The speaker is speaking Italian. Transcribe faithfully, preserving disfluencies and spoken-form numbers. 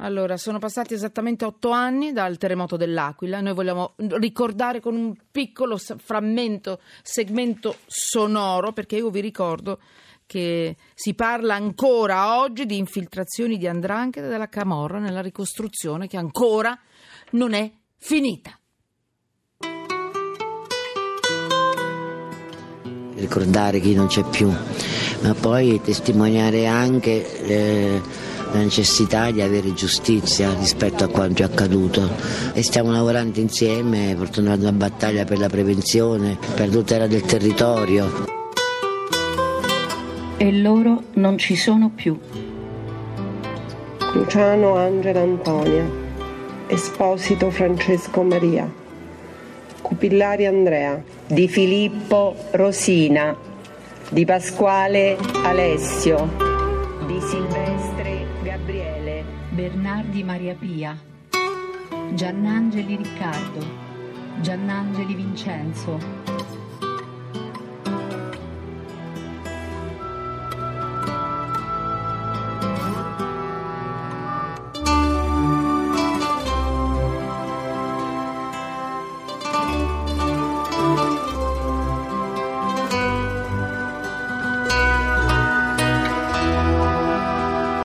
Allora, sono passati esattamente otto anni dal terremoto dell'Aquila. Noi vogliamo ricordare con un piccolo frammento, segmento sonoro, perché io vi ricordo che si parla ancora oggi di infiltrazioni di 'ndrangheta della Camorra nella ricostruzione che ancora non è finita. Ricordare chi non c'è più, ma poi testimoniare anche eh, la necessità di avere giustizia rispetto a quanto è accaduto, e stiamo lavorando insieme, portando una battaglia per la prevenzione, per la tutela del territorio. E loro non ci sono più. Cruciano Angela Antonia, Esposito Francesco Maria, Cupillari Andrea, Di Filippo Rosina, Di Pasquale Alessio, Di Silvestre Gabriele, Bernardi Maria Pia, Giannangeli Riccardo, Giannangeli Vincenzo,